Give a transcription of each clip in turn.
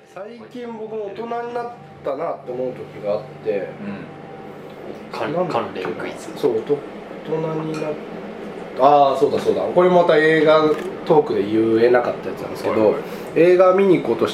最近僕も大人になったなって思う時があって、 関連クイズ。 そう、大人になった、ああそうだそうだ、これまた映画トークで言えなかったやつなんですけど、映画見に行こうとして、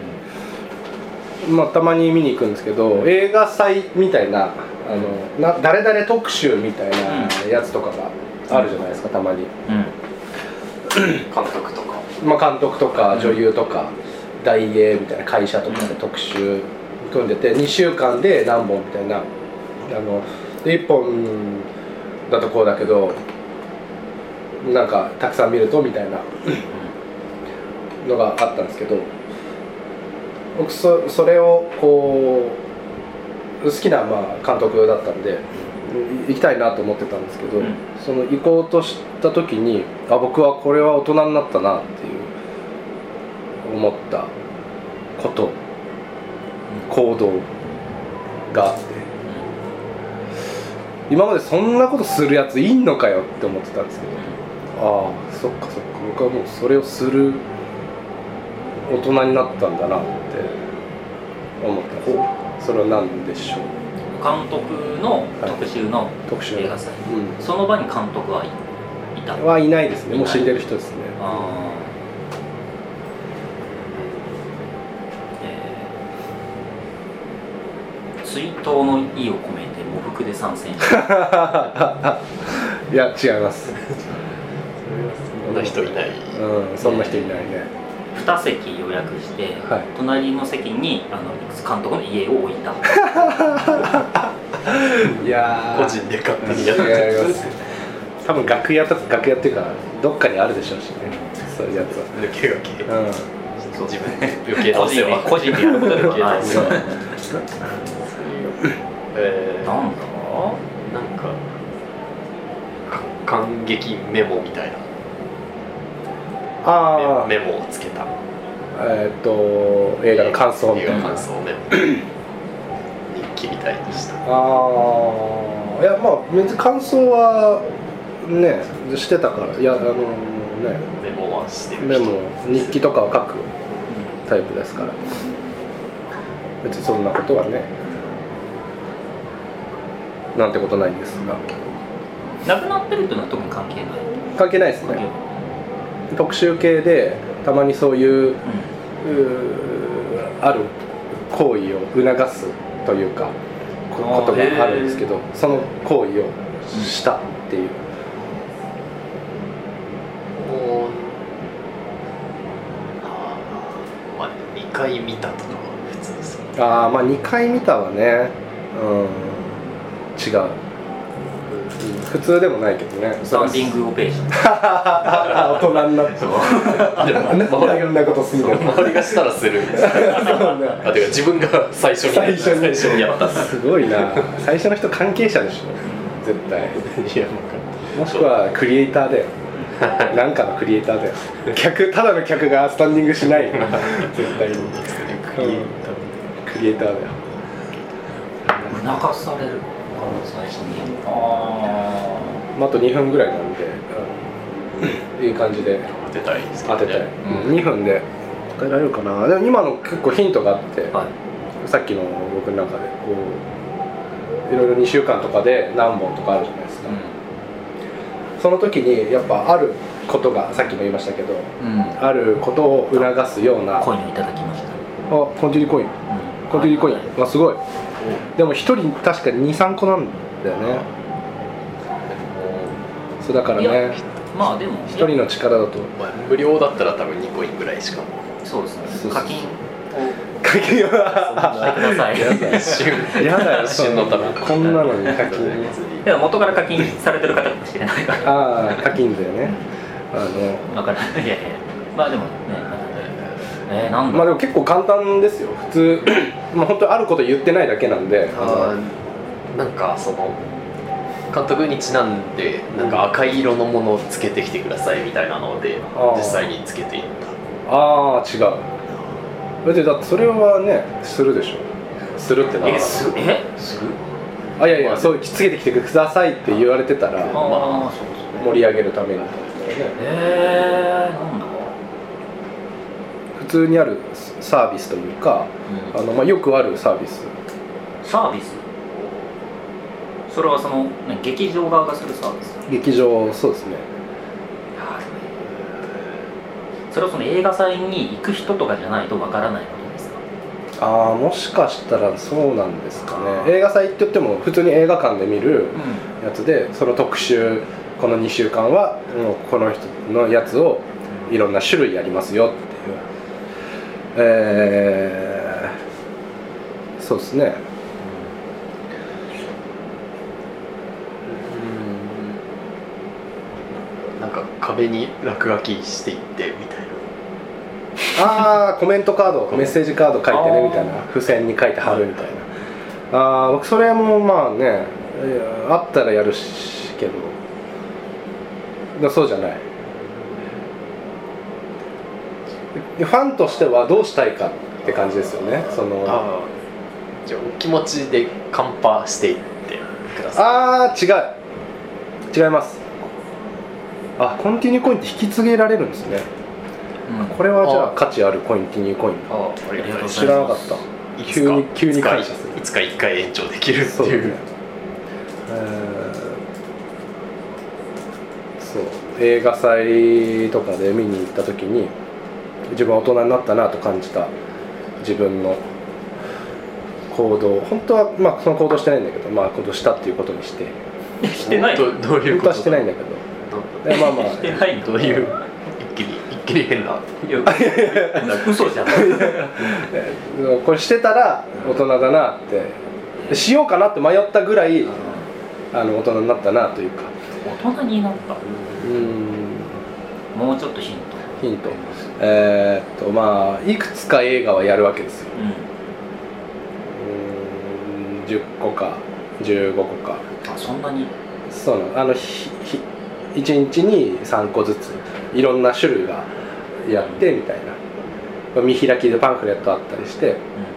まあたまに見に行くんですけど、映画祭みたいな誰々特集みたいなやつとかがあるじゃないですか、たまに、 監督とか、 まあ監督とか女優とか、大映みたいな会社とかで特集組んでて、2週間で何本みたいな、で1本だとこうだけどなんかたくさん見るとみたいなのがあったんですけど、僕それをこう好きな監督だったんで行きたいなと思ってたんですけど、その行こうとした時に僕はこれは大人になったなっていう思ったこと、行動があって、今までそんなことするやついんのかよって思ってたんですけど、ああそっかそっか、僕はもうそれをする大人になったんだなって思ったんです。それは何でしょう。 監督の特集の映画祭、その場に監督はいた？ はいないですね。もう死んでる人ですね。 追悼の意を込めて喪服で参戦いや違います。 そんな人いない。 そんな人いないね。 2席予約して、隣の席に監督の家を置いた。 いや個人で勝手にやってる。 多分楽屋っていうかどっかにあるでしょうしね、そういうやつは。 抜け駆け。自分余計なお世話。 個人でやることではない。 なんだなんか感激メモみたいな。メモをつけた。 映画の感想みたいな。 映画感想メモ。日記みたいにした。 いやまあ別に感想はねしてたから、いやねメモはしてる。 メモ日記とかは書くタイプですから、別にそんなことはねなんてことないんですが。 亡くなってるっていうのは特に関係ない？ 関係ないですね。特集系でたまにそういう、ある行為を促すというかことがあるんですけど、その行為をしたっていう。 まあ2回見たとかは普通です。 まあ2回見たはね、違う。普通でもないけどね。 スタンディングオベーション。 大人になっていろんなことするの。 周りがしたらする。てか自分が最初にやった。 すごいな。最初の人関係者でしょ。絶対。いやもしくはクリエイターだよ。なんかのクリエイターだよ。ただの客がスタンディングしないよ。絶対に。クリエイターだよ。 促される。最初にあと2分ぐらいなんで、いい感じで当てたいですけどね。 2分で答えられるかな。でも今の結構ヒントがあって、さっきの僕の中でこういろいろ2週間とかで何本とかあるじゃないですか、その時にやっぱあることがさっきも言いましたけど、あることを促すようなコインをいただきました。 コンティニューコイン、コンティニューコイン、すごい。でも1人確かに 2,3 個なんだよね。そうだからね、 まあでも 1人の力だと無料だったら多分2コインぐらいしか。 そうですね。課金はしてください。 やだよ、 一瞬のためこんなのに課金。 いや元から課金されてる方かもしれないから。 課金だよね。 だからいやまあでもね。なんだ。 まあでも結構簡単ですよ。普通まあ本当にあること言ってないだけなんで。 なんかその監督にちなんでなんか赤い色のものをつけてきてくださいみたいなので実際につけていった。 違う。だってそれはねするでしょ。するってな。 する？ いやそうつけてきてくださいって言われてたら盛り上げるために。 なんだ。 普通にあるサービスというか、よくあるサービス。 それはその劇場側がするサービス？ 劇場、そうですね。 それはその映画祭に行く人とかじゃないとわからないことですか？ もしかしたらそうなんですかね。映画祭って言っても普通に映画館で見るやつで、その特集、この2週間はもうこの人のやつをいろんな種類やりますよっていう、そうですね。 なんか壁に落書きしていってみたいな。 コメントカード、メッセージカード書いてねみたいな、付箋に書いて貼るみたいな。僕それもまあね、あったらやるしけど、そうじゃない。ファンとしてはどうしたいかって感じですよね。 じゃあお気持ちでカンパしていってください。 違います。コンティニューコインって引き継げられるんですね。これはじゃあ価値あるコンティニューコイン。 ありがとうございます。 知らなかった。急に感謝する。 いつか1回延長できるっていう。 そう映画祭とかで見に行った時に自分は大人になったなと感じた自分の行動、本当はその行動してないんだけど、行動したっていうことにしてしてない。 どういうこと？ 本当はしてないんだけど、 してない。 どういう一気に変な。 嘘じゃん。 これしてたら大人だなってしようかなって迷ったぐらい大人になったなというか。 大人になった。もうちょっとヒント。 いくつか映画はやるわけですよ。10個か15個か。 そんなに？ そうなの。1日に3個ずついろんな種類がやってみたいな、見開きでパンフレットあったりして、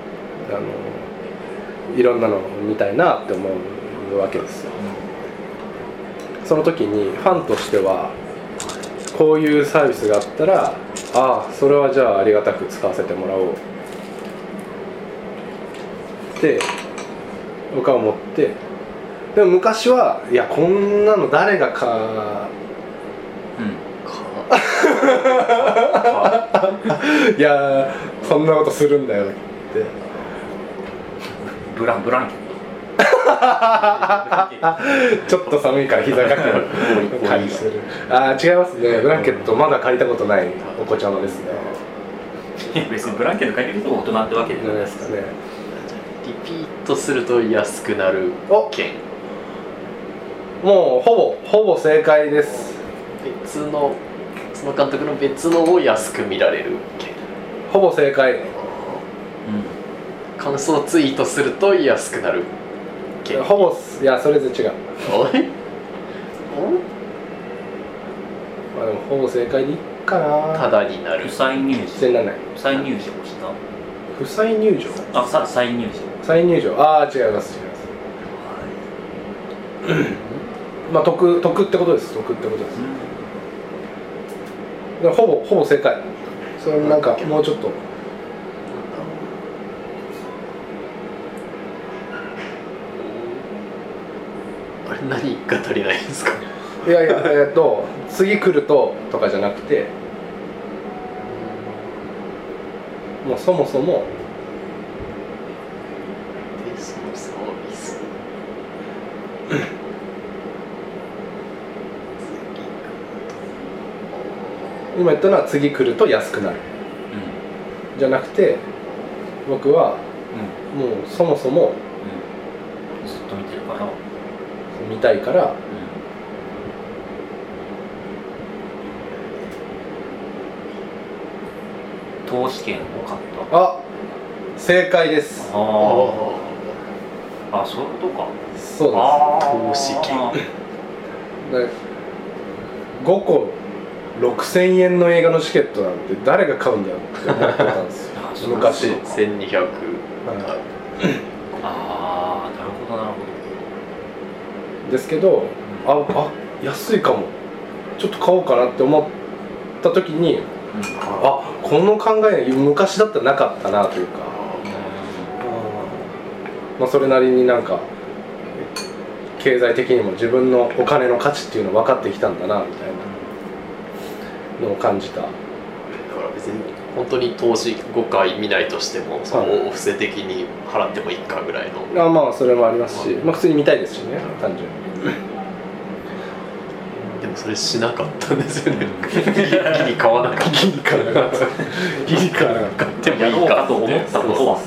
いろんなの見たいなって思うわけですよ。その時にファンとしてはこういうサービスがあったら、それはじゃあありがたく使わせてもらおうって僕は思って、でも昔はいやこんなの誰がいやそんなことするんだよってブランケットちょっと寒いから膝掛けを借りする。違いますね。ブランケットまだ借りたことないお子ちゃまですね。 別にブランケット借りると大人ってわけじゃないですかね。 リピートすると安くなる券。 もうほぼ正解です。 その監督の別のを安く見られる券。 ほぼ正解。 感想ツイートすると安くなる券。 いやそれで違う。でもほぼ正解でいいかな。 ただになる。 不再入場してない。 再入場した。 不再入場。 再入場。 再入場。違います。得ってことです。でもほぼ正解。それなんかもうちょっと。 あれ何が足りないんですか？ いや次来るとかじゃなくて、もうそもそもそのサービス今言ったのは次来ると安くなる、じゃなくて僕はもうそもそもずっと見てるから見たいから、 投資券を買った。 正解です。 そういうことか。 そうです。 投資券 5個6000円の映画のチケットなんて誰が買うんだよって思ってたんですよ昔。 1200。 なるほどですけど、安いかも、ちょっと買おうかなって思った時に、ここの考え昔だったらなかったなというか、まあ、それなりになんか経済的にも自分のお金の価値っていうの分かってきたんだなみたいなのを感じた。 だから別に本当に投資5回見ないとしてもそのお布施的に払ってもいいかぐらいの、 まあそれもありますし、まあ、普通に見たいですしね、単純に。 でもそれしなかったんですよね。ギリ買わなかった。 ギリ買わなかったギリ買わなかった。 でもやろうかと思ったことは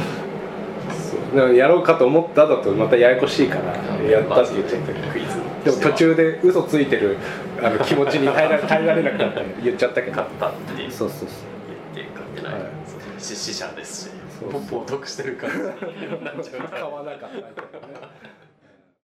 やろうかと思っただとまたややこしいからやったって言っちゃってる。 クイズでも途中で嘘ついてる気持ちに耐えられなくなって言っちゃったけど、 買ったって言ってそうそうそう買ってない、 はい、 死者ですしそうそう冒涜してる感じになっちゃう買わなかったみたいなね。